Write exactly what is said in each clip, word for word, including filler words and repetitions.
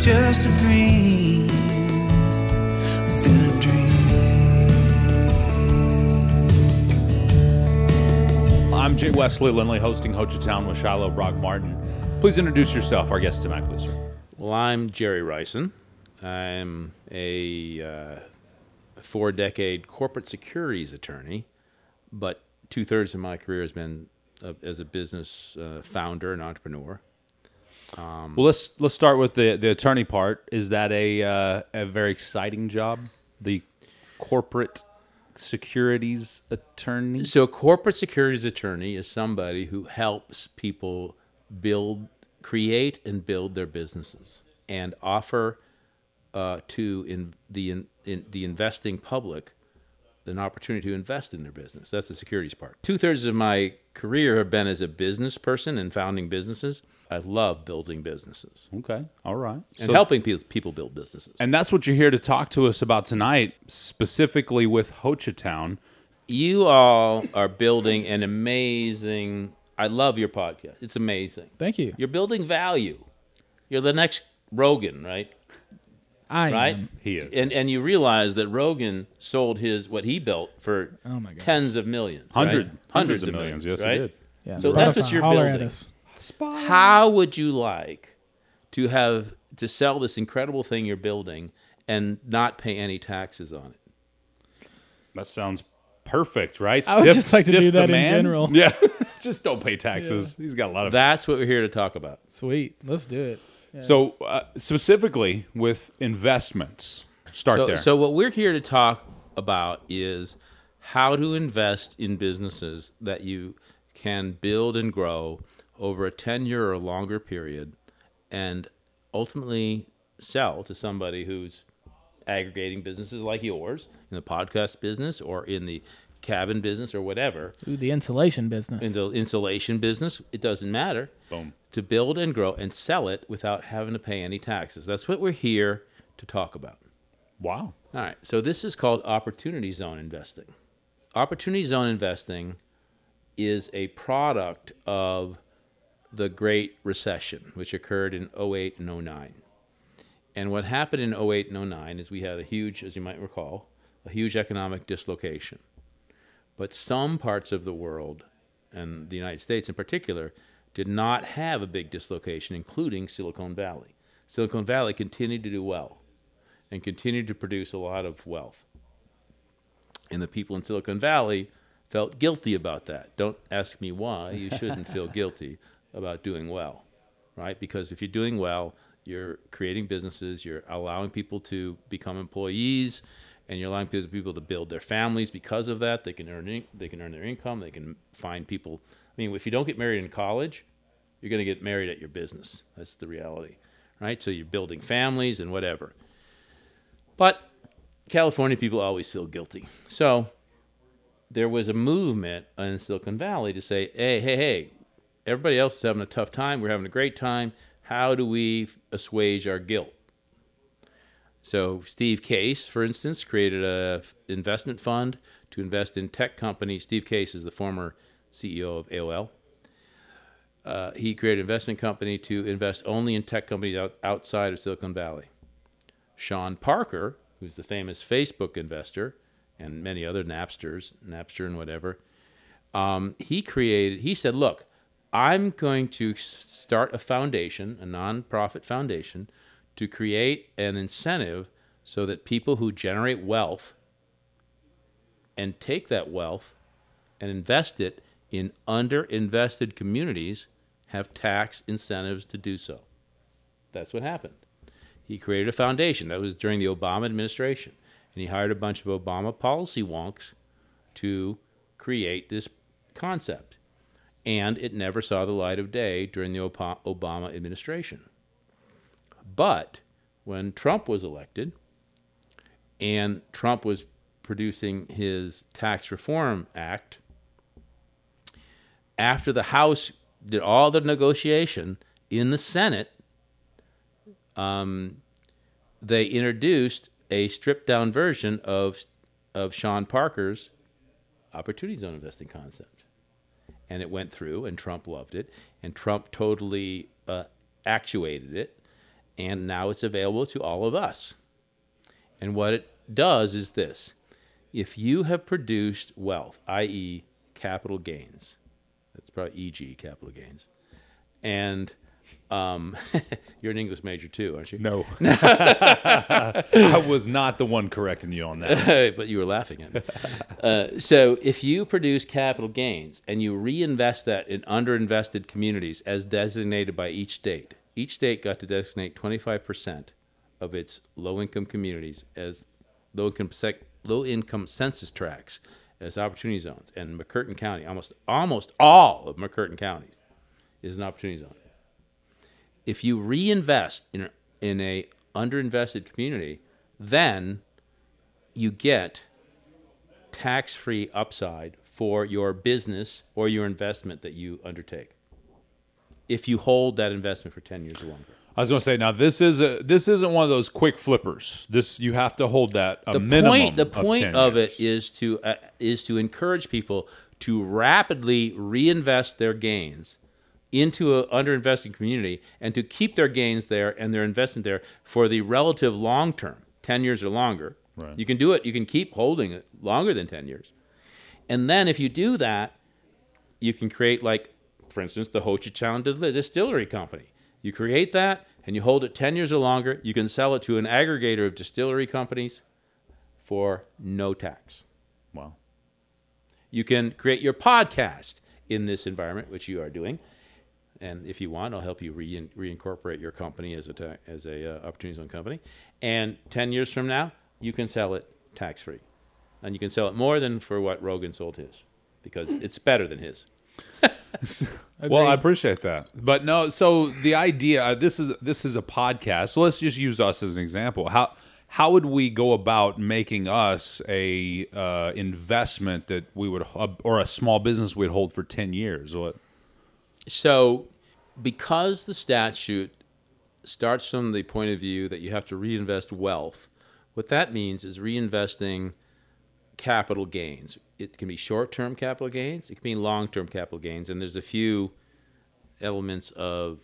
just a dream within a dream. I'm Jay Wesley Lindley, hosting Hochatown with Shiloh Brock Martin. Please introduce yourself, our guest tonight, please, sir. Well, I'm Jerry Rison. I'm a uh, four-decade corporate securities attorney, but two-thirds of my career has been uh, as a business uh, founder and entrepreneur. Um, well, let's let's start with the, the attorney part. Is that a uh, a very exciting job, the corporate securities attorney? So a corporate securities attorney is somebody who helps people build, create and build their businesses and offer uh, to in the in, in the investing public an opportunity to invest in their business. That's the securities part. Two-thirds of my career have been as a business person and founding businesses. I love building businesses. Okay, all right. And so, helping people, people build businesses. And that's what you're here to talk to us about tonight, specifically with Hochatown. You all are building an amazing, I love your podcast. It's amazing. Thank you. You're building value. You're the next Rogan, right? I right? am. He is. And and you realize that Rogan sold his what he built for oh my gosh. tens of millions, Hundred, right? hundreds of millions, millions yes, right? he did. Yeah, So Spotify, that's what you're holler building. At us. How would you like to have to sell this incredible thing you're building and not pay any taxes on it? That sounds perfect, right? I would just like to do that in general. Yeah, just don't pay taxes. Yeah. He's got a lot of. That's what we're here to talk about. Sweet, let's do it. Yeah. So uh, specifically with investments, start so, there. So what we're here to talk about is how to invest in businesses that you can build and grow over a ten-year or longer period and ultimately sell to somebody who's aggregating businesses like yours in the podcast business or in the cabin business or whatever. Ooh, the insulation business. In the insulation business, it doesn't matter. Boom. To build and grow and sell it without having to pay any taxes. That's what we're here to talk about. Wow. All right, so this is called opportunity zone investing. Opportunity zone investing is a product of the Great Recession, which occurred in oh eight and oh nine. And what happened in oh eight and oh nine is we had a huge, as you might recall, a huge economic dislocation. But some parts of the world, and the United States in particular, did not have a big dislocation, including Silicon Valley. Silicon Valley continued to do well and continued to produce a lot of wealth. And the people in Silicon Valley felt guilty about that. Don't ask me why. You shouldn't feel guilty about doing well, right? Because if you're doing well, you're creating businesses, you're allowing people to become employees, and you're allowing people to build their families because of that. They can earn in, they can earn their income. They can find people. I mean, if you don't get married in college, you're going to get married at your business. That's the reality, right? So you're building families and whatever. But California people always feel guilty. So there was a movement in Silicon Valley to say, hey, hey, hey, everybody else is having a tough time. We're having a great time. How do we assuage our guilt? So Steve Case, for instance, created an investment fund to invest in tech companies. Steve Case is the former C E O of A O L. Uh, he created an investment company to invest only in tech companies out, outside of Silicon Valley. Sean Parker, who's the famous Facebook investor, and many other Napsters, Napster and whatever, um, he created, he said, look, I'm going to start a foundation, a nonprofit foundation, to create an incentive so that people who generate wealth and take that wealth and invest it in under-invested communities have tax incentives to do so. That's what happened. He created a foundation. That was during the Obama administration. And he hired a bunch of Obama policy wonks to create this concept. And it never saw the light of day during the Obama administration. But when Trump was elected and Trump was producing his Tax Reform Act, after the House did all the negotiation in the Senate, um, they introduced a stripped-down version of of Sean Parker's opportunity zone investing concept. And it went through, and Trump loved it, and Trump totally uh, actuated it. And now it's available to all of us. And what it does is this. If you have produced wealth, that is capital gains, that's probably E G, capital gains, and um, you're an English major too, aren't you? No. I was not the one correcting you on that. But you were laughing at me. Uh, so if you produce capital gains and you reinvest that in underinvested communities as designated by each state, each state got to designate twenty-five percent of its low-income communities as low-income sec- low-income census tracts as opportunity zones. And McCurtain County, almost almost all of McCurtain County is an opportunity zone. If you reinvest in a, in a underinvested community, then you get tax-free upside for your business or your investment that you undertake if you hold that investment for ten years or longer. I was going to say, now this is a, this isn't one of those quick flippers. This you have to hold that a the minimum. Point, the of point ten of years. it is to uh, is to encourage people to rapidly reinvest their gains into an underinvested community and to keep their gains there and their investment there for the relative long term, ten years or longer. Right. You can do it. You can keep holding it longer than ten years. And then if you do that, you can create, like, for instance, the Ho Chi Town Distillery Company. You create that and you hold it ten years or longer. You can sell it to an aggregator of distillery companies for no tax. Wow. You can create your podcast in this environment, which you are doing. And if you want, I'll help you re- reincorporate your company as a ta- as a uh, opportunity zone company. And ten years from now, you can sell it tax-free. And you can sell it more than for what Rogan sold his, because it's better than his. Well, I appreciate that, but no. So the idea, uh, this is this is a podcast. So let's just use us as an example. How how would we go about making us a uh, investment that we would uh, or a small business we'd hold for ten years? What? So, because the statute starts from the point of view that you have to reinvest wealth, what that means is reinvesting capital gains. It can be short-term capital gains. It can be long-term capital gains. And there's a few elements of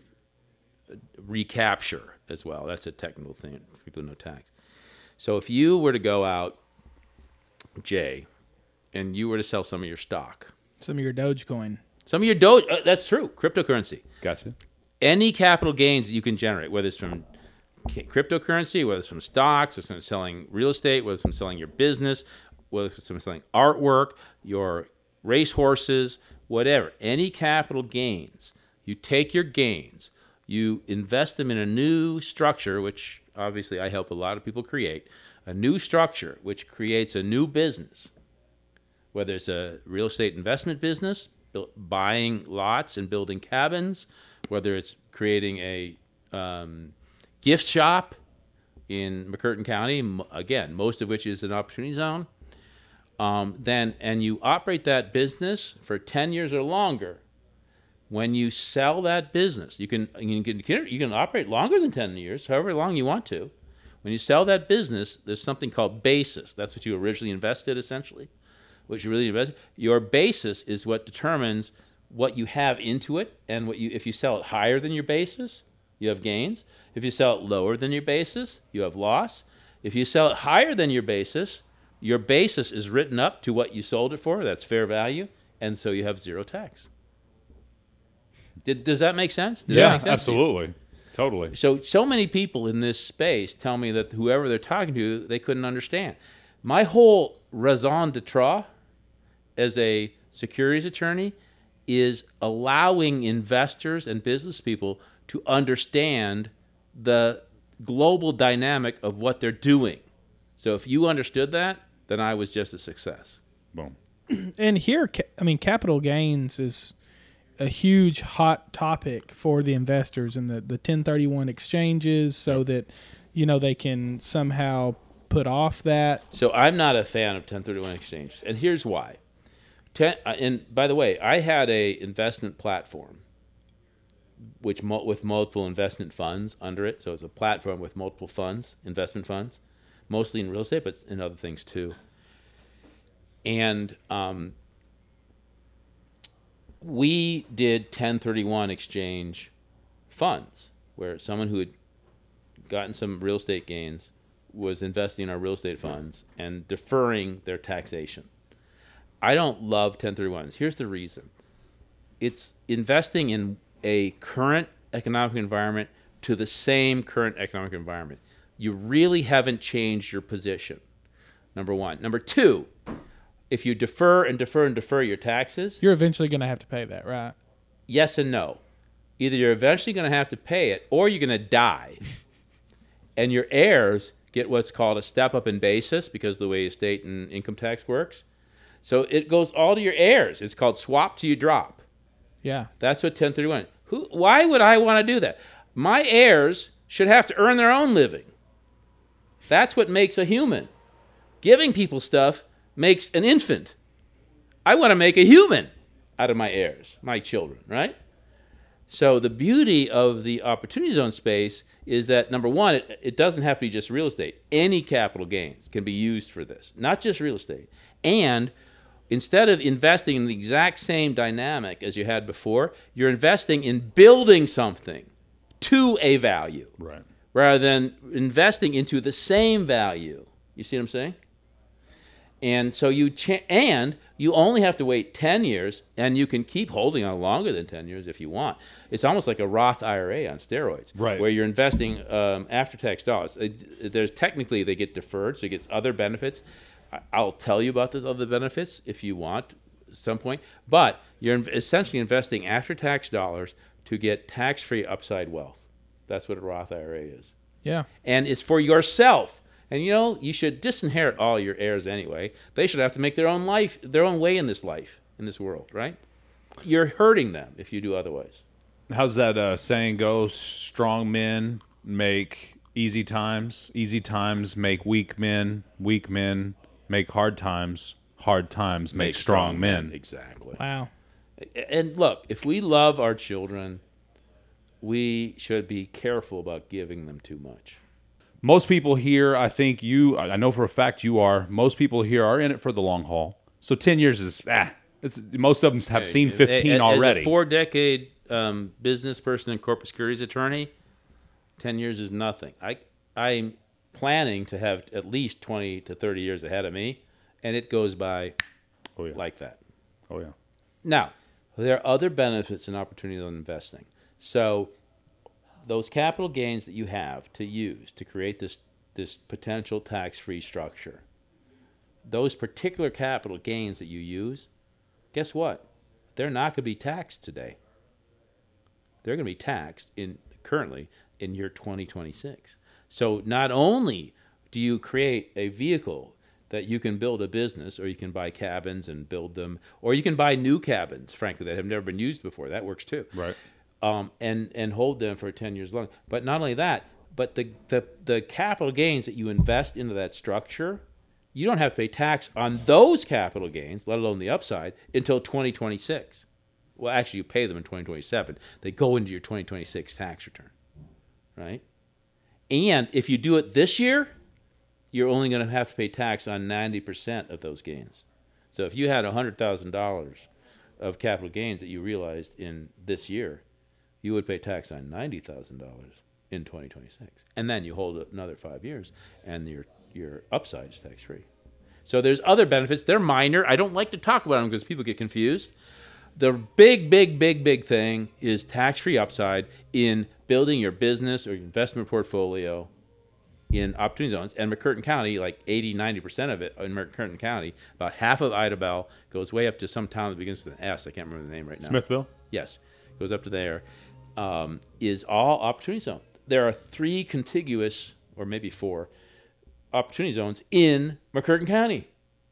recapture as well. That's a technical thing for people who know tax. So if you were to go out, Jay, and you were to sell some of your stock, Some of your Dogecoin. some of your Doge, uh, that's true, cryptocurrency. Gotcha. Any capital gains you can generate, whether it's from cryptocurrency, whether it's from stocks, or from selling real estate, whether it's from selling your business, whether it's from selling artwork, your racehorses, whatever. Any capital gains, you take your gains, you invest them in a new structure, which obviously I help a lot of people create, a new structure which creates a new business, whether it's a real estate investment business, buying lots and building cabins, whether it's creating a um, gift shop in McCurtain County, again, most of which is an opportunity zone, um, then and you operate that business for ten years or longer. When you sell that business, you can you can you can operate longer than ten years, however long you want to. When you sell that business, there's something called basis. That's what you originally invested, essentially. What you really invest, your basis is what determines what you have into it, and what you if you sell it higher than your basis, you have gains. If you sell it lower than your basis, you have loss. If you sell it higher than your basis, your basis is written up to what you sold it for. That's fair value, and so you have zero tax. Did, does that make sense? Did Yeah, that make sense to you? absolutely, totally. So, so many people in this space tell me that whoever they're talking to, they couldn't understand. My whole raison d'etre as a securities attorney is allowing investors and business people to understand the global dynamic of what they're doing. So if you understood that, then I was just a success. Boom. And here, ca- I mean, capital gains is a huge hot topic for the investors and the, the ten thirty-one exchanges so that, you know, they can somehow put off that. So I'm not a fan of ten thirty-one exchanges, and here's why. Ten, and by the way, I had a investment platform which mo- with multiple investment funds under it. So it's a platform with multiple funds, investment funds, mostly in real estate, but in other things too. And um, we did ten thirty-one exchange funds where someone who had gotten some real estate gains, was investing in our real estate funds and deferring their taxation. I don't love ten thirty-ones. Here's the reason. It's investing in a current economic environment to the same current economic environment. You really haven't changed your position, number one. Number two, if you defer and defer and defer your taxes, You're eventually going to have to pay that, right? yes and no. Either you're eventually going to have to pay it or you're going to die. And your heirs get what's called a step up in basis because of the way estate and income tax works. So it goes all to your heirs. It's called swap till you drop. Yeah. That's what ten thirty-one. Who? Why would I want to do that? My heirs should have to earn their own living. That's what makes a human. Giving people stuff makes an infant. I want to make a human out of my heirs, my children, right? So the beauty of the opportunity zone space is that, number one, it, it doesn't have to be just real estate. Any capital gains can be used for this, not just real estate. And instead of investing in the exact same dynamic as you had before, you're investing in building something to a value, Right. rather than investing into the same value. You see what I'm saying? And so you cha- and you only have to wait ten years, and you can keep holding on longer than ten years if you want. It's almost like a Roth I R A on steroids, Right. where you're investing um, after-tax dollars. It- There's technically they get deferred, so it gets other benefits. I- I'll tell you about those other benefits if you want at some point. But you're in- essentially investing after-tax dollars to get tax-free upside wealth. That's what a Roth I R A is. Yeah. And it's for yourself. And you know, you should disinherit all your heirs anyway. They should have to make their own life, their own way in this life, in this world, right? You're hurting them if you do otherwise. How's that uh, saying go? Strong men make easy times. Easy times make weak men. Weak men make hard times. Hard times make, strong, men. Exactly. Wow. And look, if we love our children, we should be careful about giving them too much. Most people here, I think you, I know for a fact you are, most people here are in it for the long haul. So ten years is, ah, it's, most of them have seen fifteen As already. a four-decade um, business person and corporate securities attorney, ten years is nothing. I, I'm planning to have at least twenty to thirty years ahead of me, and it goes by oh, yeah. like that. Oh, yeah. Now, there are other benefits and opportunities on investing. So those capital gains that you have to use to create this, this potential tax-free structure, those particular capital gains that you use, guess what? They're not going to be taxed today. They're going to be taxed in currently in year twenty twenty-six. So not only do you create a vehicle that you can build a business, or you can buy cabins and build them, or you can buy new cabins, frankly, that have never been used before. That works too. Right. Um, and, and hold them for ten years long. But not only that, but the, the, the capital gains that you invest into that structure, you don't have to pay tax on those capital gains, let alone the upside, until twenty twenty-six. Well, actually, you pay them in twenty twenty-seven. They go into your twenty twenty-six tax return, right? And if you do it this year, you're only going to have to pay tax on ninety percent of those gains. So if you had one hundred thousand dollars of capital gains that you realized in this year, you would pay tax on ninety thousand dollars in twenty twenty-six. And then you hold it another five years, and your your upside is tax-free. So there's other benefits. They're minor. I don't like to talk about them because people get confused. The big, big, big, big thing is tax-free upside in building your business or your investment portfolio in opportunity zones. And McCurtain County, like eighty, ninety percent of it in McCurtain County, about half of Idabel goes way up to some town that begins with an S. I can't remember the name right now. Smithville? Yes, goes up to there. Um, is all opportunity zone. There are three contiguous, or maybe four, opportunity zones in McCurtain County.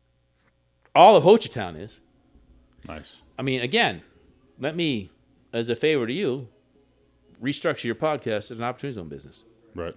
All of Hochatown is. Nice. I mean, again, let me, as a favor to you, restructure your podcast as an opportunity zone business. Right.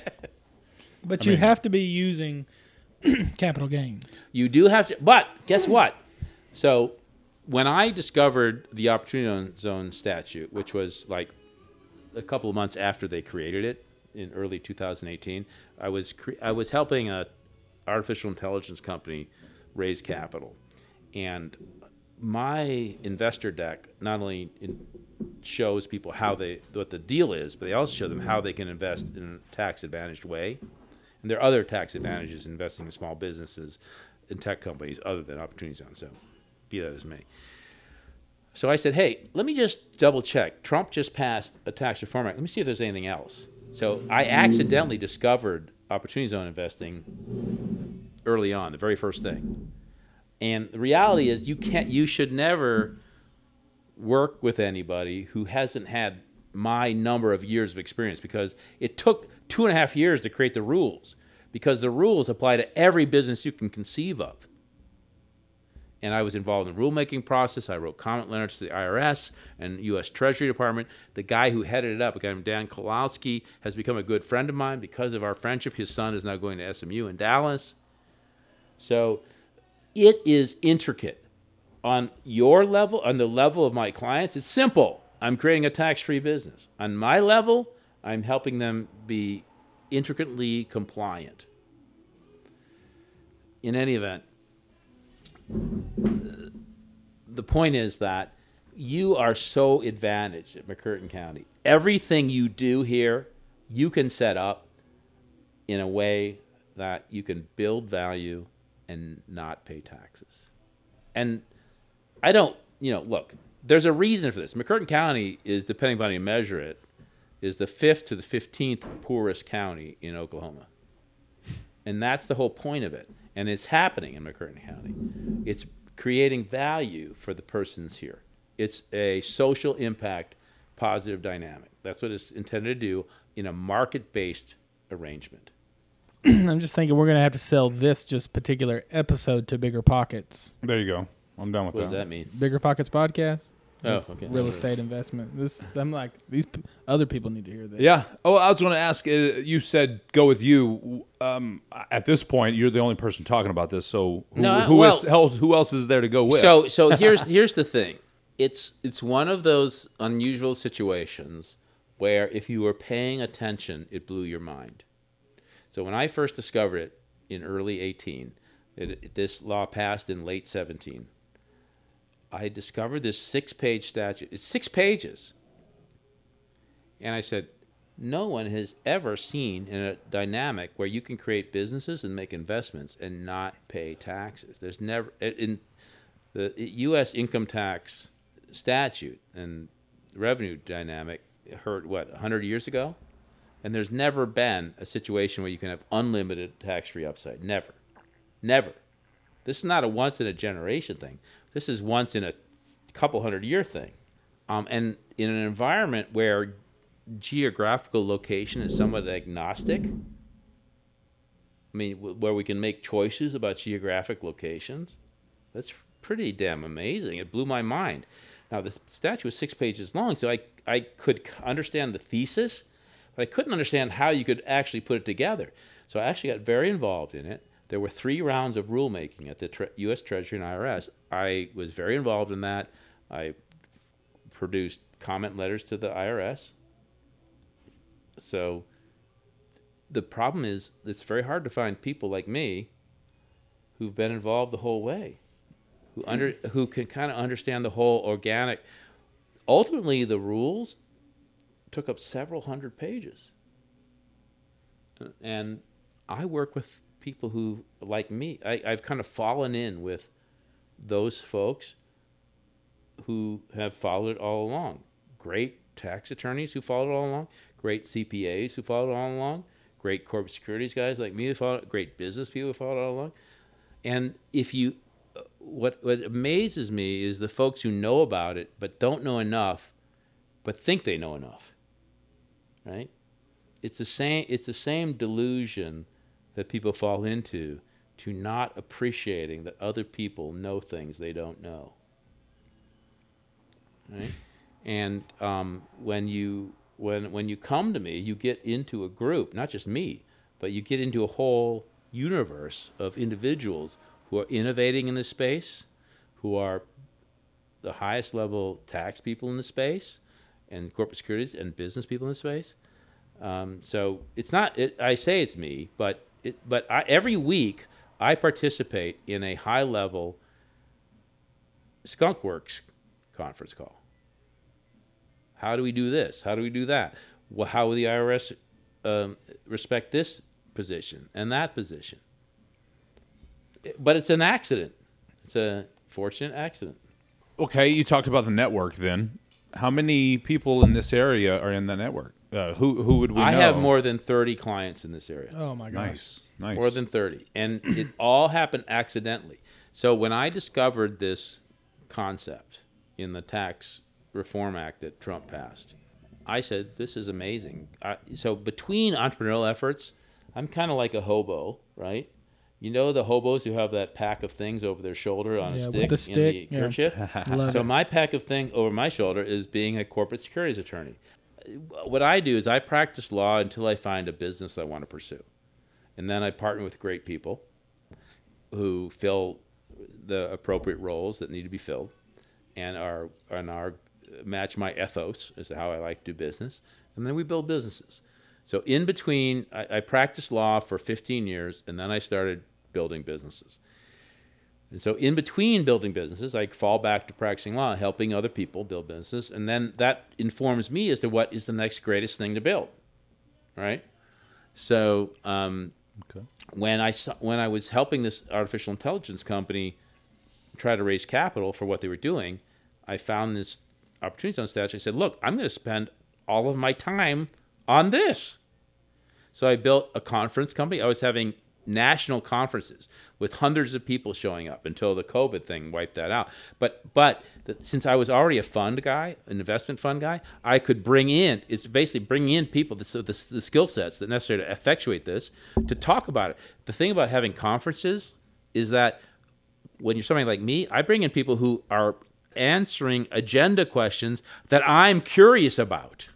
But I you mean- have to be using capital gains. You do have to, but guess what? So when I discovered the opportunity zone statute, which was like a couple of months after they created it in early two thousand eighteen, I was cre- I was helping a artificial intelligence company raise capital, and my investor deck not only in, shows people how they what the deal is, but they also show them how they can invest in a tax-advantaged way. And there are other tax advantages in investing in small businesses and tech companies other than Opportunity Zone. So be that as may. So I said, hey, let me just double check. Trump just passed a tax reform act. Let me see if there's anything else. So I accidentally discovered Opportunity Zone investing early on, the very first thing. And the reality is you can't, you should never work with anybody who hasn't had my number of years of experience, because it took two and a half years to create the rules, because the rules apply to every business you can conceive of. And I was involved in the rulemaking process. I wrote comment letters to the I R S and U S Treasury Department. The guy who headed it up, a guy named Dan Kowalski, has become a good friend of mine because of our friendship. His son is now going to S M U in Dallas. So it is intricate. On your level, on the level of my clients, it's simple. I'm creating a tax-free business. On my level, I'm helping them be intricately compliant. In any event, the point is that you are so advantaged at McCurtain County. Everything you do here, you can set up in a way that you can build value and not pay taxes. And I don't, you know, look, there's a reason for this. McCurtain County is, depending on how you measure it, is the fifth to the fifteenth poorest county in Oklahoma. And that's the whole point of it. And it's happening in McCurtain County. It's creating value for the persons here. It's a social impact, positive dynamic. That's what it's intended to do in a market-based arrangement. I'm just thinking we're going to have to sell this just particular episode to Bigger Pockets. There you go. I'm done with What that. does that mean? Bigger Pockets podcast. Oh, okay. Real estate investment. This, I'm like, these p- other people need to hear this. Yeah. Oh, I was going to ask. Uh, you said go with you. Um, at this point, you're the only person talking about this. So who, No, who, well- is, else, who else is there to go with? So, so here's here's the thing. It's it's one of those unusual situations where if you were paying attention, it blew your mind. So when I first discovered it in early eighteen, it, this law passed in late seventeen. I discovered this six-page statute. It's six pages. And I said, no one has ever seen in a dynamic where you can create businesses and make investments and not pay taxes. There's never, in the U S income tax statute and revenue dynamic heard, what, one hundred years ago? And there's never been a situation where you can have unlimited tax-free upside. Never. Never. This is not a once-in-a-generation thing. This is once in a couple hundred year thing. Um, and in an environment where geographical location is somewhat agnostic, I mean, w- where we can make choices about geographic locations, that's pretty damn amazing. It blew my mind. Now, the statute was six pages long, so I, I could understand the thesis, but I couldn't understand how you could actually put it together. So I actually got very involved in it. There were three rounds of rulemaking at the tre- U S Treasury and I R S. I was very involved in that. I produced comment letters to the I R S. So the problem is it's very hard to find people like me who've been involved the whole way, who under who can kind of understand the whole organic. Ultimately, the rules took up several hundred pages. And I work with people who, like me, I, I've kind of fallen in with those folks who have followed it all along. Great tax attorneys who followed it all along, great C P As who followed it all along, great corporate securities guys like me who followed it, great business people who followed it all along. And if you, what what amazes me is the folks who know about it but don't know enough, but think they know enough, right? It's the same. It's the same delusion that people fall into, to not appreciating that other people know things they don't know. Right? And um, when you when when you come to me, you get into a group, not just me, but you get into a whole universe of individuals who are innovating in this space, who are the highest level tax people in the space, and corporate securities and business people in the space. Um, so it's not. It, I say it's me, but. It, but I, every week, I participate in a high-level Skunk Works conference call. How do we do this? How do we do that? Well, how will the I R S um, respect this position and that position? But it's an accident. It's a fortunate accident. Okay, you talked about the network then. How many people in this area are in the network? Uh, who who would we I know? have more than thirty clients in this area. Oh my gosh. Nice, nice. More than thirty. And it all happened accidentally. So when I discovered this concept in the Tax Reform Act that Trump passed, I said, this is amazing. I, so between entrepreneurial efforts, I'm kind of like a hobo, right? You know the hobos who have that pack of things over their shoulder on Yeah, a with stick, the stick, in the yeah. kerchief? Love So it. my pack of thing over my shoulder is being a corporate securities attorney. What I do is I practice law until I find a business I want to pursue. And then I partner with great people who fill the appropriate roles that need to be filled and are and are match my ethos as to how I like to do business. And then we build businesses. So in between, I, I practiced law for fifteen years, and then I started building businesses. And so in between building businesses, I fall back to practicing law, helping other people build businesses, and then that informs me as to what is the next greatest thing to build, right? So um, Okay. when I saw, when I was helping this artificial intelligence company try to raise capital for what they were doing, I found this opportunity zone statute. I said, look, I'm going to spend all of my time on this. So I built a conference company. I was having national conferences with hundreds of people showing up until the COVID thing wiped that out. But but the, since I was already a fund guy, an investment fund guy, I could bring in, it's basically bringing in people, the, the, the skill sets that necessary to effectuate this, to talk about it. The thing about having conferences is that when you're somebody like me, I bring in people who are answering agenda questions that I'm curious about.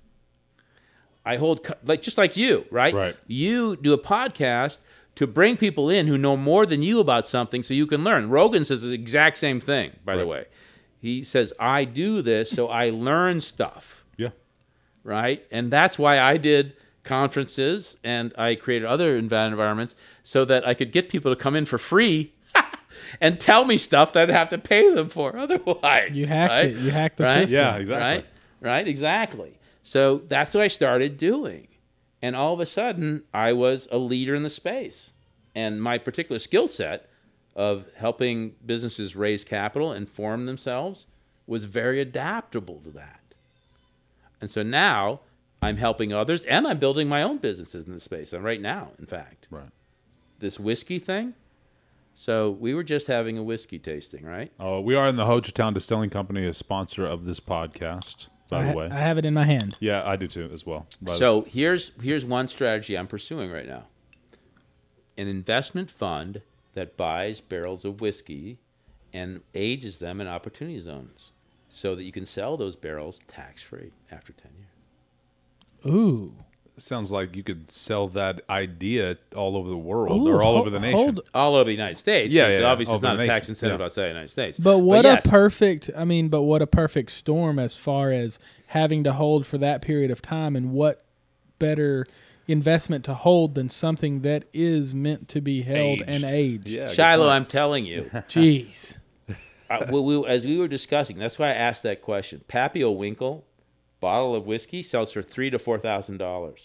I hold, co- like just like you, right? Right. You do a podcast to bring people in who know more than you about something so you can learn. Rogan says the exact same thing, by the way. He says, I do this so I learn stuff, Yeah. right? And that's why I did conferences and I created other environments so that I could get people to come in for free and tell me stuff that I'd have to pay them for otherwise. You hacked right? it. You hacked the Right? system. Yeah, exactly. Right? Right? Exactly. So that's what I started doing. And all of a sudden, I was a leader in the space. And my particular skill set of helping businesses raise capital and form themselves was very adaptable to that. And so now I'm helping others and I'm building my own businesses in the space. And right now, in fact. Right. This whiskey thing. So we were just having a whiskey tasting, right? Oh, we are in the Hochatown Distilling Company, a sponsor of this podcast, by I, the ha- way. I have it in my hand. Yeah, I do too, as well. by the- So here's here's one strategy I'm pursuing right now. An investment fund that buys barrels of whiskey and ages them in opportunity zones so that you can sell those barrels tax-free after ten years. Ooh. sounds like you could sell that idea all over the world Ooh, or all ho- over the nation. hold- All over the United States. Yeah, 'cause yeah, yeah. obviously All it's over not the a tax nation. incentive Yeah. outside the United States. But what yes, a perfect, I mean, but what a perfect storm as far as having to hold for that period of time, and what better investment to hold than something that is meant to be held and Aged. aged. Yeah, good Shiloh, point. I'm telling you. Jeez. I, we, we, as we were discussing, that's why I asked that question. Pappy O'Winkle bottle of whiskey sells for three to four thousand dollars.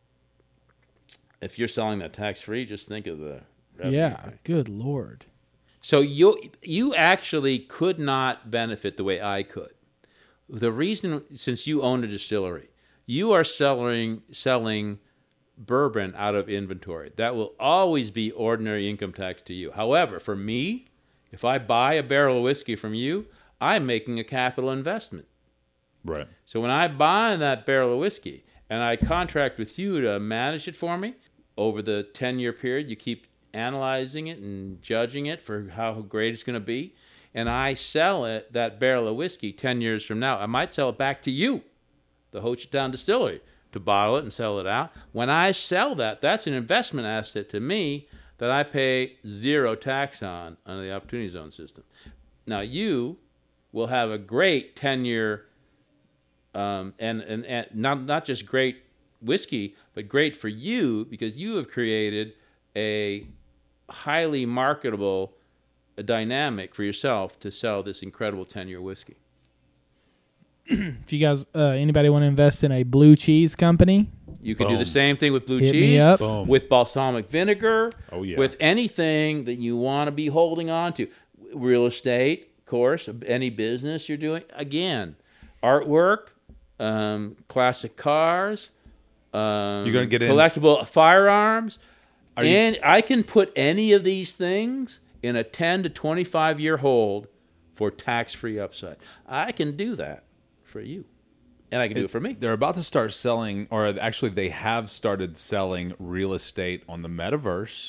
If you're selling that tax free, just think of the revenue. Yeah, good Lord. So you you actually could not benefit the way I could. The reason, since you own a distillery, you are selling selling bourbon out of inventory. That will always be ordinary income tax to you. However, for me, if I buy a barrel of whiskey from you, I'm making a capital investment. Right. So when I buy that barrel of whiskey and I contract with you to manage it for me over the ten-year period, you keep analyzing it and judging it for how great it's going to be, and I sell it, that barrel of whiskey, ten years from now, I might sell it back to you, the Hochatown Distillery, to bottle it and sell it out. When I sell that, that's an investment asset to me that I pay zero tax on under the Opportunity Zone system. Now, you will have a great ten-year Um, and, and, and not not just great whiskey, but great for you because you have created a highly marketable dynamic for yourself to sell this incredible ten-year whiskey. if you guys, uh, anybody want to invest in a blue cheese company, You can do Boom. the same thing with blue Hit me cheese, up. Boom. with balsamic vinegar, Oh, yeah. with anything that you want to be holding on to. Real estate, of course, any business you're doing. Again, artwork, um, classic cars, um, You're gonna get in- collectible firearms. Are you- and I can put any of these things in a ten to twenty-five year hold for tax-free upside. I can do that for you. And I can do it for me. They're about to start selling, or actually, they have started selling real estate on the metaverse.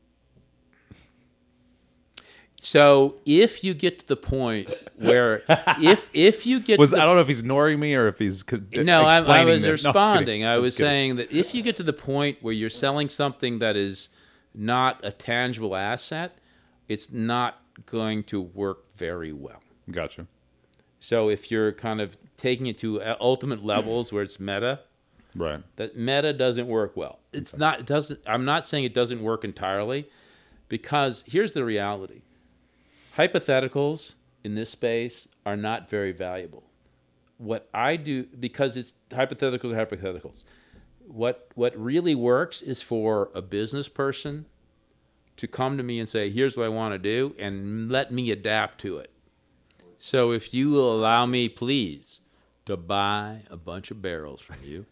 So if you get to the point where if if you get Was to the, I don't know if he's ignoring me or if he's co- no, I, I explaining was this. No, I'm just responding. kidding. I I'm was just kidding. saying that if you get to the point where you're selling something that is not a tangible asset, it's not going to work very well. Gotcha. So if you're kind of taking it to uh, ultimate levels where it's meta, Right. that meta doesn't work well. It's not. It doesn't. I'm not saying it doesn't work entirely, because here's the reality: hypotheticals in this space are not very valuable. What I do, because it's hypotheticals are hypotheticals. What what really works is for a business person to come to me and say, "Here's what I want to do," and let me adapt to it. So if you will allow me, please, to buy a bunch of barrels from you.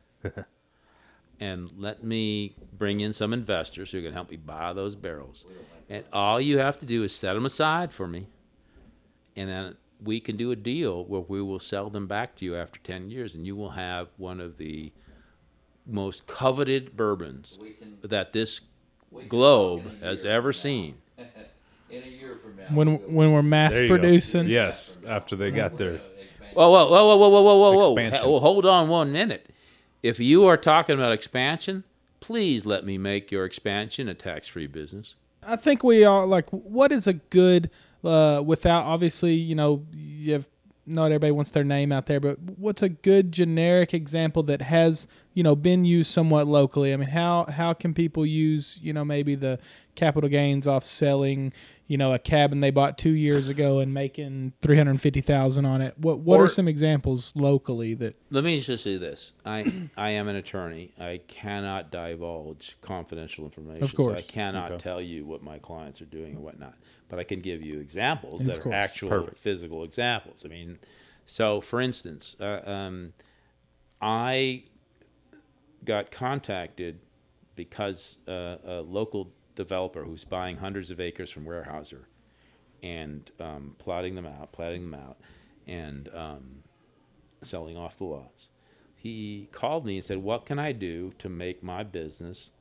And let me bring in some investors who can help me buy those barrels. And all you have to do is set them aside for me. And then we can do a deal where we will sell them back to you after ten years. And you will have one of the most coveted bourbons that this globe has ever seen. In a year from now. when when we're mass There you go. producing, Yes, after they got their. Whoa, whoa, whoa, whoa, whoa, whoa, whoa, whoa. Expansion. Well, hold on one minute. If you are talking about expansion, please let me make your expansion a tax-free business. I think we all like. What is a good uh, without obviously, you know, you have not everybody wants their name out there, but what's a good generic example that has, you know, been used somewhat locally? I mean, how how can people use, you know, maybe the capital gains off selling, you know, a cabin they bought two years ago and making three hundred fifty thousand on it? What what Or- are some examples locally that? Let me just say this. I I am an attorney. I cannot divulge confidential information. Of So course. I cannot Okay. tell you what my clients are doing and whatnot. But I can give you examples Of that course. are actual Perfect. physical examples. I mean, so for instance, uh, um, I got contacted because uh, a local developer who's buying hundreds of acres from Weyerhaeuser and um, plotting them out, platting them out, and um, selling off the lots. He called me and said, "What can I do to make my business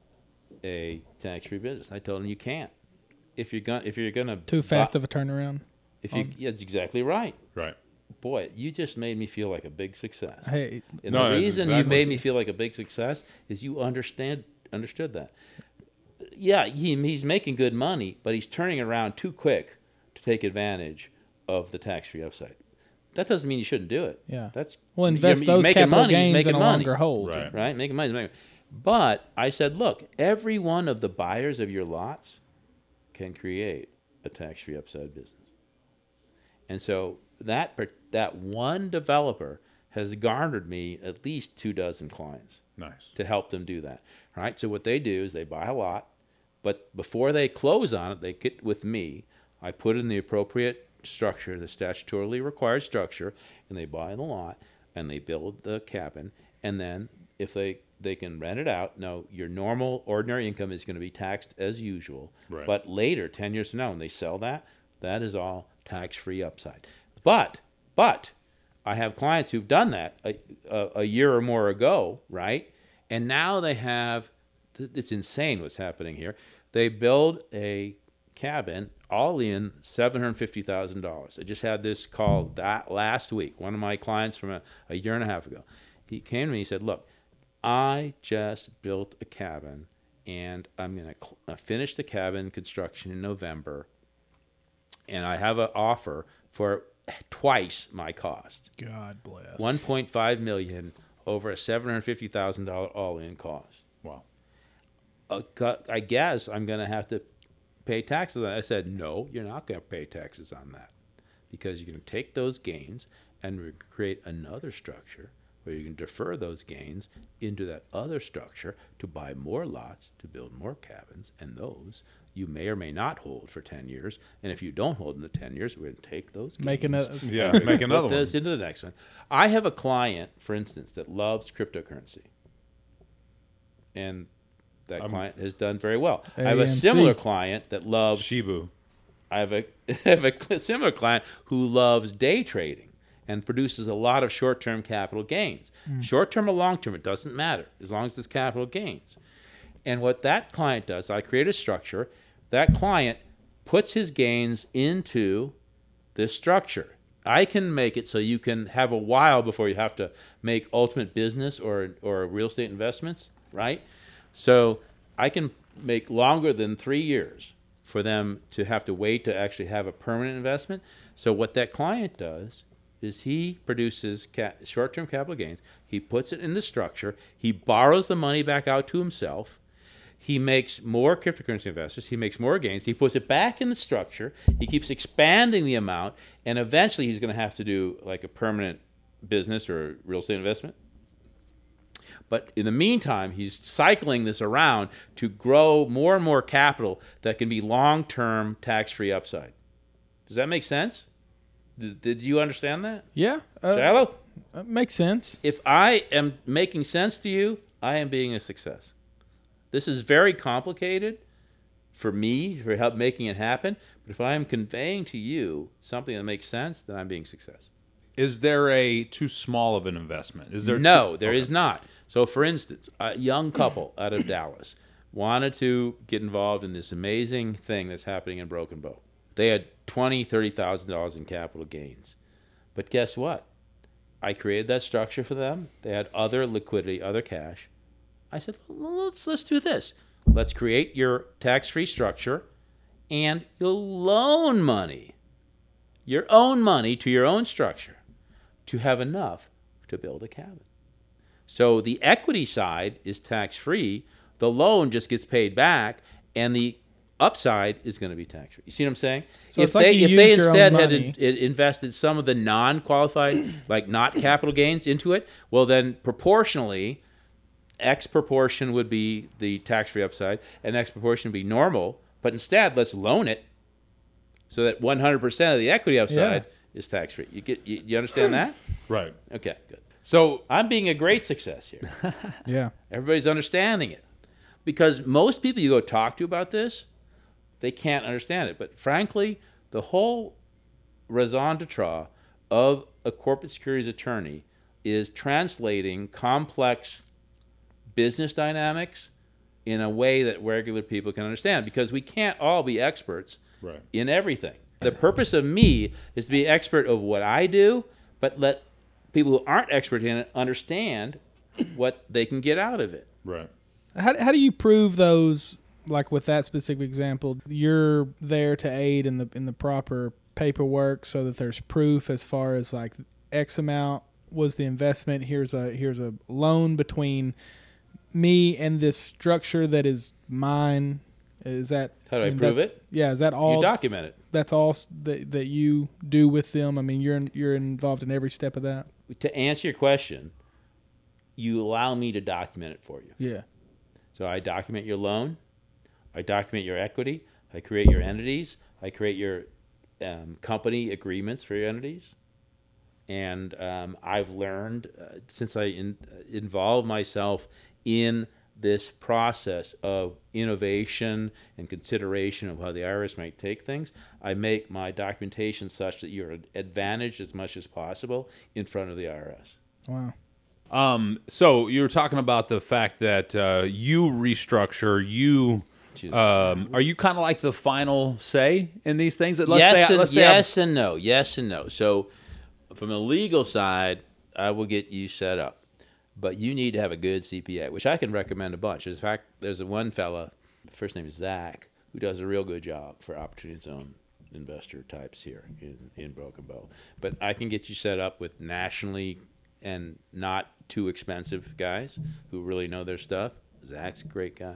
a tax-free business?" I told him, "You can't. If you're gonna, if you're gonna Too fast of a turnaround. if you, yeah, that's exactly right. Right. Boy, you just made me feel like a big success." Hey, And No, the that's reason you exactly- made me feel like a big success is you understand understood that. Yeah, he, he's making good money, but he's turning around too quick to take advantage of the tax-free upside. That doesn't mean you shouldn't do it. Yeah. That's well, invest you're- you're those making capital money, he's gains making in a money. longer hold. Right. Right, making money, making. But I said, look, every one of the buyers of your lots can create a tax-free upside business. And so that per- that one developer has garnered me at least two dozen clients Nice. to help them do that. All right. So what they do is they buy a lot, but before they close on it, they get with me. I put in the appropriate structure, the statutorily required structure, and they buy the lot and they build the cabin. And then if they they can rent it out. No, your normal ordinary income is going to be taxed as usual. Right. But later, ten years from now, when they sell that, that is all tax-free upside. But but I have clients who've done that a, a, a year or more ago, right? And now they have, it's insane what's happening here. They build a cabin, all in seven hundred fifty thousand dollars. I just had this call that last week. One of my clients from a, a year and a half ago, he came to me and said, look, I just built a cabin, and I'm going to cl- finish the cabin construction in November, and I have an offer for twice my cost. God bless. one point five million dollars over a seven hundred fifty thousand dollars all-in cost. Wow. Uh, cu- I guess I'm going to have to pay taxes on that. I said, no, you're not going to pay taxes on that, because you're going to take those gains and we create another structure where you can defer those gains into that other structure to buy more lots, to build more cabins, and those you may or may not hold for ten years. And if you don't hold them to ten years, we're going to take those gains. Make another, yeah, make another put one. this into the next one. I have a client, for instance, that loves cryptocurrency. And that Um, client has done very well. A M C. I have a similar client that loves... Shibu. I have a, I have a cl- similar client who loves day trading and produces a lot of short-term capital gains. Mm. Short-term or long-term, it doesn't matter, as long as it's capital gains. And what that client does, I create a structure. That client puts his gains into this structure. I can make it so you can have a while before you have to make ultimate business or or real estate investments, right? So I can make longer than three years for them to have to wait to actually have a permanent investment. So what that client does is he produces ca- short-term capital gains. He puts it in the structure. He borrows the money back out to himself. He makes more cryptocurrency investors. He makes more gains. He puts it back in the structure. He keeps expanding the amount, and eventually he's going to have to do like a permanent business or real estate investment. But in the meantime, he's cycling this around to grow more and more capital that can be long-term tax-free upside. Does that make sense? Did, did you understand that? yeah, uh, Shallow? uh, makes sense. If I am making sense to you, I am being a success. This is very complicated for me, for help making it happen. But if I am conveying to you something that makes sense, then I'm being a success. Is there a too small of an investment? Is there No, too, there okay. is not. So, for instance, a young couple out of Dallas wanted to get involved in this amazing thing that's happening in Broken Bow. They had twenty thousand dollars, thirty thousand dollars in capital gains. But guess what? I created that structure for them. They had other liquidity, other cash. I said, well, let's let's do this. Let's create your tax-free structure, and you'll loan money, your own money to your own structure to have enough to build a cabin. So the equity side is tax-free. The loan just gets paid back, and the upside is going to be tax-free. You see what I'm saying? So if it's like they you if they used your instead own had money. in, in- invested some of the non-qualified, like not capital gains, into it, well then proportionally, X proportion would be the tax-free upside, and X proportion would be normal. But instead, let's loan it so that one hundred percent of the equity upside Yeah. is tax-free. You get you, you understand that? Right. Okay, good. So I'm being a great success here. Yeah, Everybody's understanding it. Because most people you go talk to about this, they can't understand it. But frankly, the whole raison d'etre of a corporate securities attorney is translating complex business dynamics in a way that regular people can understand, because we can't all be experts Right. in everything. The purpose of me is to be expert of what I do, but let people who aren't expert in it understand what they can get out of it. right. how how do you prove those? Like with that specific example, you're there to aid in the in the proper paperwork so that there's proof as far as like X amount was the investment. Here's a here's a loan between me and this structure that is mine. Is that How do I mean, prove that- it? Yeah, is that You all? document it. That's all s- that that you do with them. I mean, you're in, you're involved in every step of that. To answer your question, you allow me to document it for you. Yeah. So I document your loan, I document your equity, I create your entities, I create your um, company agreements for your entities. And um, I've learned uh, since I in, involved myself in this process of innovation and consideration of how the I R S might take things, I make my documentation such that you're advantaged as much as possible in front of the I R S. Wow. Um, so you were talking about the fact that uh, you restructure, you um, are you kind of like the final say in these things? Let's yes say, and, let's say I'm- yes and no. Yes and no. So from the legal side, I will get you set up. But you need to have a good C P A, which I can recommend a bunch. In fact, there's a one fella, first name is Zach, who does a real good job for Opportunity Zone investor types here in, in Broken Bow. But I can get you set up with nationally and not too expensive guys who really know their stuff. Zach's a great guy.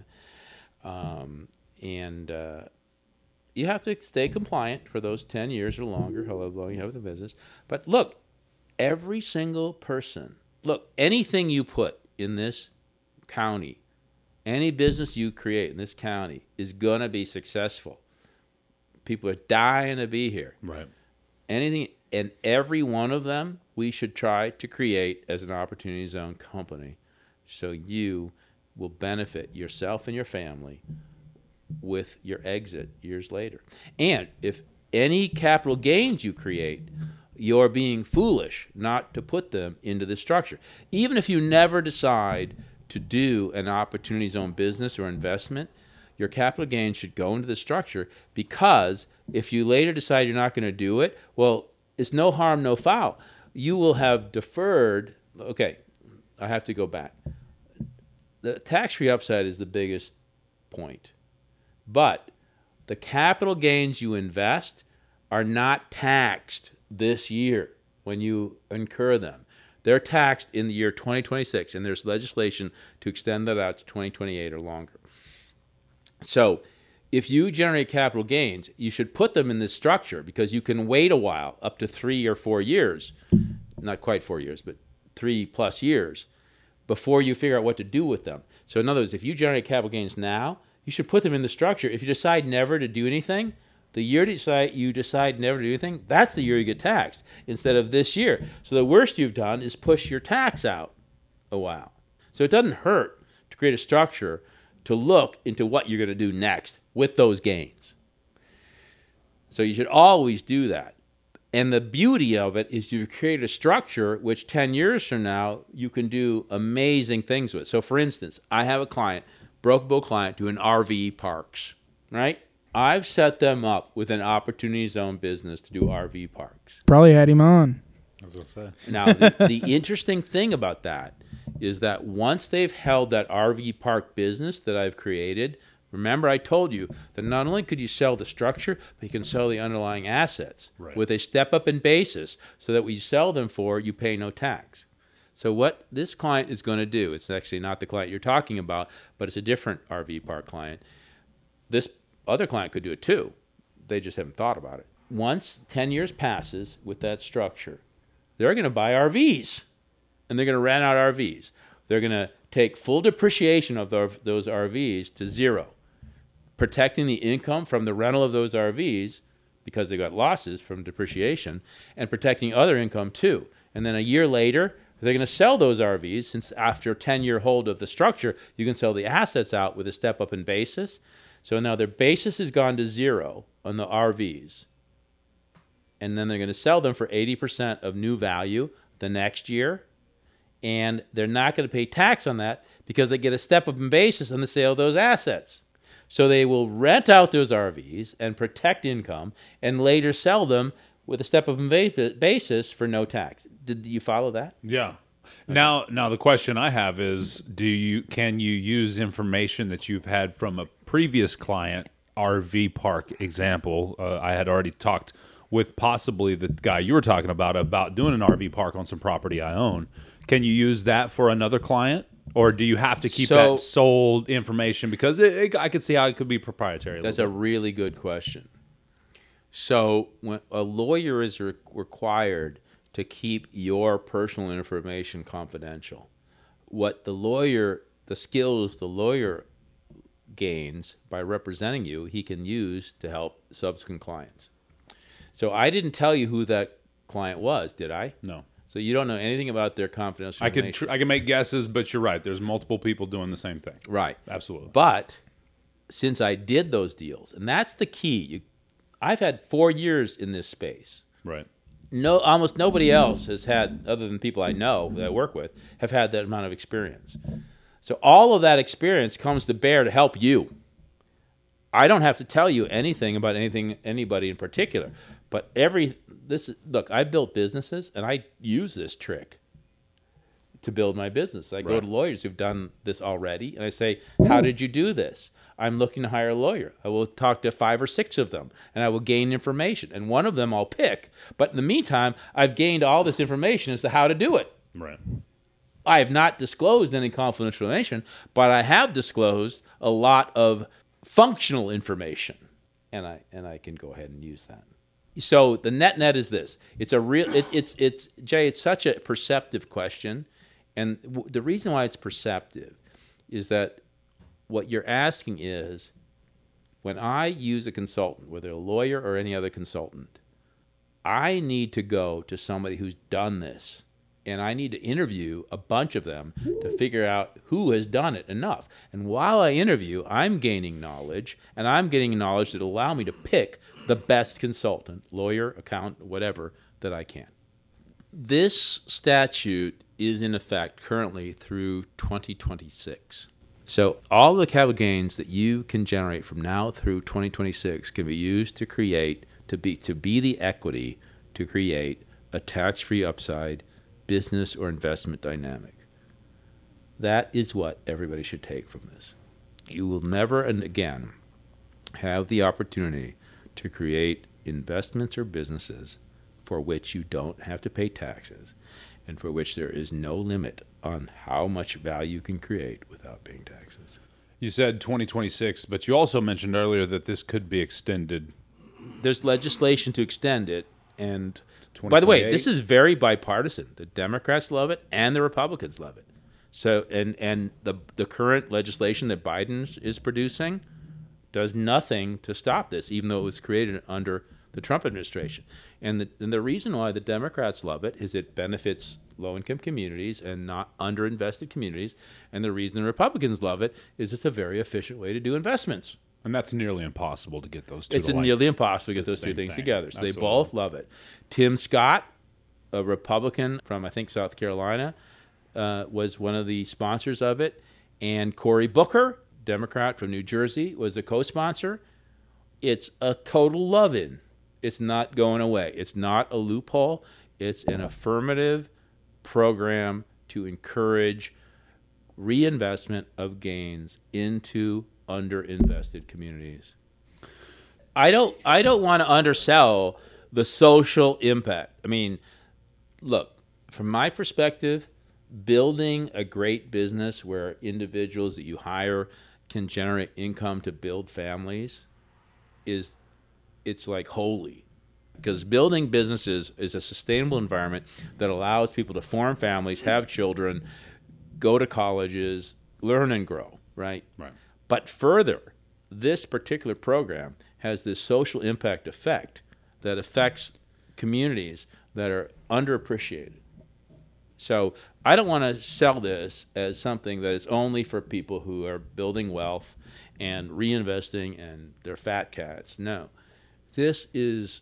Um, and uh, you have to stay compliant for those ten years or longer, however long you have the business. But look, every single person, look, anything you put in this county, any business you create in this county is going to be successful. People are dying to be here. Right. Anything, and every one of them, we should try to create as an opportunity zone company so you will benefit yourself and your family with your exit years later. And if any capital gains you create, you're being foolish not to put them into the structure. Even if you never decide to do an opportunity zone business or investment, your capital gains should go into the structure, because if you later decide you're not going to do it, well, it's no harm, no foul. You will have deferred. Okay, I have to go back. The tax-free upside is the biggest point. But the capital gains you invest are not taxed this year when you incur them. They're taxed in the year twenty twenty-six, and there's legislation to extend that out to twenty twenty-eight or longer. So if you generate capital gains, you should put them in this structure, because you can wait a while, up to three or four years, not quite four years, but three plus years, before you figure out what to do with them. So in other words, if you generate capital gains now, you should put them in the structure. If you decide never to do anything, the year you decide, you decide never to do anything, that's the year you get taxed instead of this year. So the worst you've done is push your tax out a while. So it doesn't hurt to create a structure to look into what you're going to do next with those gains. So you should always do that. And the beauty of it is you've created a structure which ten years from now you can do amazing things with. So for instance, I have a client, broke bill client, doing R V parks, right? I've set them up with an opportunity zone business to do R V parks. Probably had him on. I was going to say. Now, the, the interesting thing about that is that once they've held that R V park business that I've created, remember I told you that not only could you sell the structure, but you can sell the underlying assets Right. with a step-up in basis, so that what you sell them for, you pay no tax. So what this client is going to do, it's actually not the client you're talking about, but it's a different R V park client. This other client could do it too. They just haven't thought about it. Once ten years passes with that structure, they're going to buy R Vs, and they're going to rent out R Vs. They're going to take full depreciation of the, those R Vs to zero, protecting the income from the rental of those R Vs because they got losses from depreciation, and protecting other income too. And then a year later, they're going to sell those R Vs, since after a ten-year hold of the structure, you can sell the assets out with a step-up in basis. So now their basis has gone to zero on the R Vs. And then they're going to sell them for eighty percent of new value the next year. And they're not going to pay tax on that because they get a step-up in basis on the sale of those assets. So they will rent out those R Vs and protect income, and later sell them with a step-up in basis for no tax. Did you follow that? Yeah. Now, now the question I have is: Do you can you use information that you've had from a previous client R V park example? Uh, I had already talked with possibly the guy you were talking about about doing an R V park on some property I own. Can you use that for another client, or do you have to keep So- that sold information? Because it, it, I could see how it could be proprietary. That's a really good question. So when a lawyer is re- required to keep your personal information confidential, what the lawyer, the skills the lawyer gains by representing you, he can use to help subsequent clients. So I didn't tell you who that client was, did I? No. So you don't know anything about their confidential I could information. tr- I can make guesses, but you're right. There's multiple people doing the same thing. Right. Absolutely. But since I did those deals, and that's the key, you, I've had four years in this space. Right. No, almost nobody else has had, other than people I know that I work with, have had that amount of experience. So all of that experience comes to bear to help you. I don't have to tell you anything about anything, anybody in particular, but every this look, I built businesses, and I use this trick to build my business. I go Right. to lawyers who've done this already, and I say, "How did you do this?" I'm looking to hire a lawyer. I will talk to five or six of them, and I will gain information. And one of them I'll pick. But in the meantime, I've gained all this information as to how to do it. Right. I have not disclosed any confidential information, but I have disclosed a lot of functional information, and I and I can go ahead and use that. So the net net is this. It's a real. It, it's it's Jay. It's such a perceptive question, and w- the reason why it's perceptive is that what you're asking is, when I use a consultant, whether a lawyer or any other consultant, I need to go to somebody who's done this, and I need to interview a bunch of them to figure out who has done it enough. And while I interview, I'm gaining knowledge, and I'm getting knowledge that will allow me to pick the best consultant, lawyer, accountant, whatever, that I can. This statute is in effect currently through twenty twenty-six. So all the capital gains that you can generate from now through twenty twenty-six can be used to create, to be to be the equity to create a tax-free upside business or investment dynamic. That is what everybody should take from this. You will never and again have the opportunity to create investments or businesses for which you don't have to pay taxes and for which there is no limit on how much value you can create without paying taxes. You said twenty twenty-six, but you also mentioned earlier that this could be extended. There's legislation to extend it, and by the way, this is very bipartisan. The Democrats love it, and the Republicans love it. So, and and the the current legislation that Biden is producing does nothing to stop this, even though it was created under the Trump administration. And the, and the reason why the Democrats love it is it benefits low-income communities and not underinvested communities. And the reason the Republicans love it is it's a very efficient way to do investments. And that's nearly impossible to get those two. It's to nearly like impossible to get those two things thing. together. So Absolutely. They both love it. Tim Scott, a Republican from, I think, South Carolina, uh, was one of the sponsors of it. And Cory Booker, Democrat from New Jersey, was the co-sponsor. It's a total love-in. It's not going away. It's not a loophole. It's an affirmative program to encourage reinvestment of gains into underinvested communities. I don't I don't want to undersell the social impact. I mean, look, from my perspective, building a great business where individuals that you hire can generate income to build families is it's like holy. Because building businesses is a sustainable environment that allows people to form families, have children, go to colleges, learn and grow, right? Right. But further, this particular program has this social impact effect that affects communities that are underappreciated. So I don't want to sell this as something that is only for people who are building wealth and reinvesting and they're fat cats. No. This is,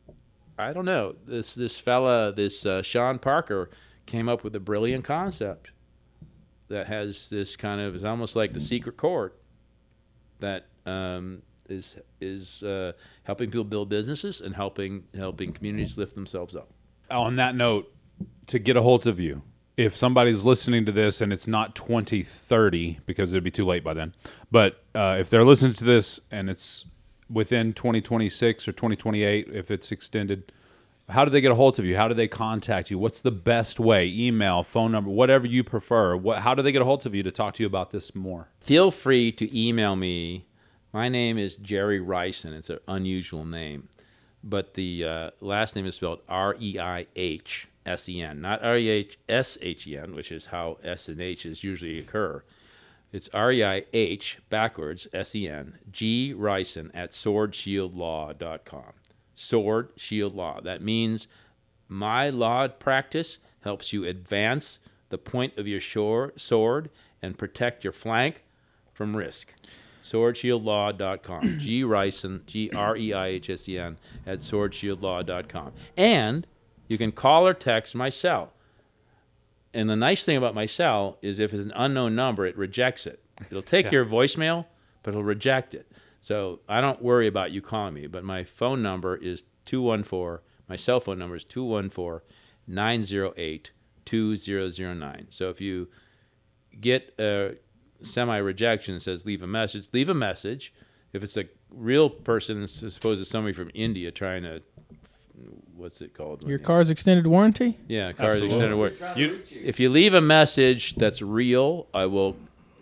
I don't know, this this fella, this uh, Sean Parker came up with a brilliant concept that has this kind of, it's almost like the secret court that um, is is uh, helping people build businesses and helping helping communities lift themselves up. On that note, to get a hold of you, if somebody's listening to this and it's not twenty thirty, because it'd be too late by then, but uh, if they're listening to this and it's within twenty twenty-six or twenty twenty-eight, if it's extended, how do they get a hold of you? How do they contact you? What's the best way? Email, phone number, whatever you prefer. What, how do they get a hold of you to talk to you about this more? Feel free to email me. My name is Jerry Reisen. It's an unusual name, but the uh, last name is spelled R E I H S E N, not R E H S H E N, which is how S and H's usually occur. It's R E I H, backwards, S E N, G. Reisen at sword shield law dot com. Sword Shield Law. That means my law practice helps you advance the point of your shore, sword and protect your flank from risk. sword shield law dot com. G. Reisen, G R E I H S E N, at sword shield law dot com. And you can call or text my cell. And the nice thing about my cell is if it's an unknown number, it rejects it. It'll take yeah. your voicemail, but it'll reject it. So I don't worry about you calling me, but my phone number is two one four, my cell phone number is two one four, nine zero eight, two zero zero nine. So if you get a semi-rejection that says leave a message, leave a message. If it's a real person, suppose it's somebody from India trying to, what's it called? Your car's extended warranty? Yeah, car's Absolutely. extended warranty. You, If you leave a message that's real, I will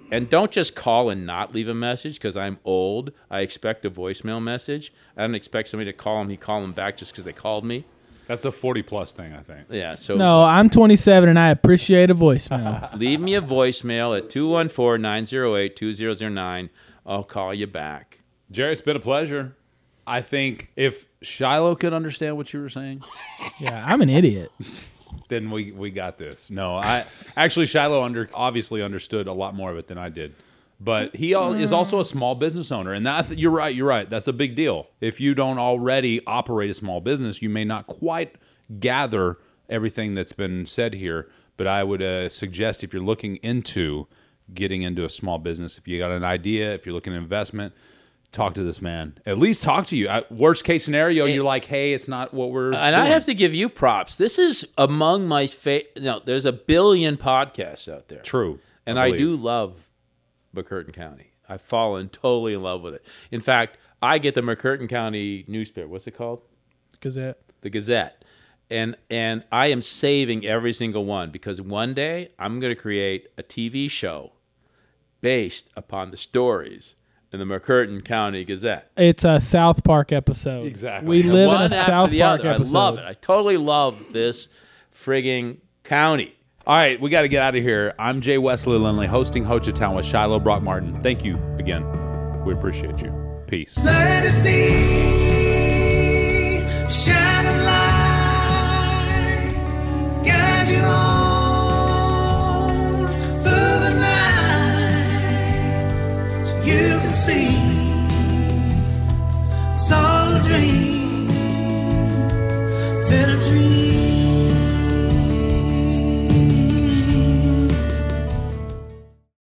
And don't just call and not leave a message, because I'm old. I expect a voicemail message. I don't expect somebody to call them. He call them back just because they called me. That's a forty-plus thing, I think. Yeah. So No, I'm twenty-seven, and I appreciate a voicemail. leave me a voicemail at two one four, nine zero eight, two zero zero nine. I'll call you back. Jerry, it's been a pleasure. I think if Shiloh could understand what you were saying, Yeah, I'm an idiot. then we, we got this. No, I actually Shiloh under obviously understood a lot more of it than I did. But he al- is also a small business owner, and that's you're right. You're right. That's a big deal. If you don't already operate a small business, you may not quite gather everything that's been said here. But I would uh, suggest if you're looking into getting into a small business, if you got an idea, if you're looking at investment, talk to this man. At least talk to you. I, worst case scenario, you're like, hey, it's not what we're. And doing. I have to give you props. This is among my favorite. No, there's a billion podcasts out there. True, and I, I do love McCurtain County. I've fallen totally in love with it. In fact, I get the McCurtain County newspaper. What's it called? Gazette. The Gazette. And and I am saving every single one, because one day I'm going to create a T V show based upon the stories in the McCurtain County Gazette. It's a South Park episode. Exactly. We live One in a after South the Park other. episode. I love it. I totally love this frigging county. All right, we got to get out of here. I'm Jay Wesley Lindley, hosting Hochatown with Shiloh Brock Martin. Thank you again. We appreciate you. Peace. Let it be, shining light, guide you on.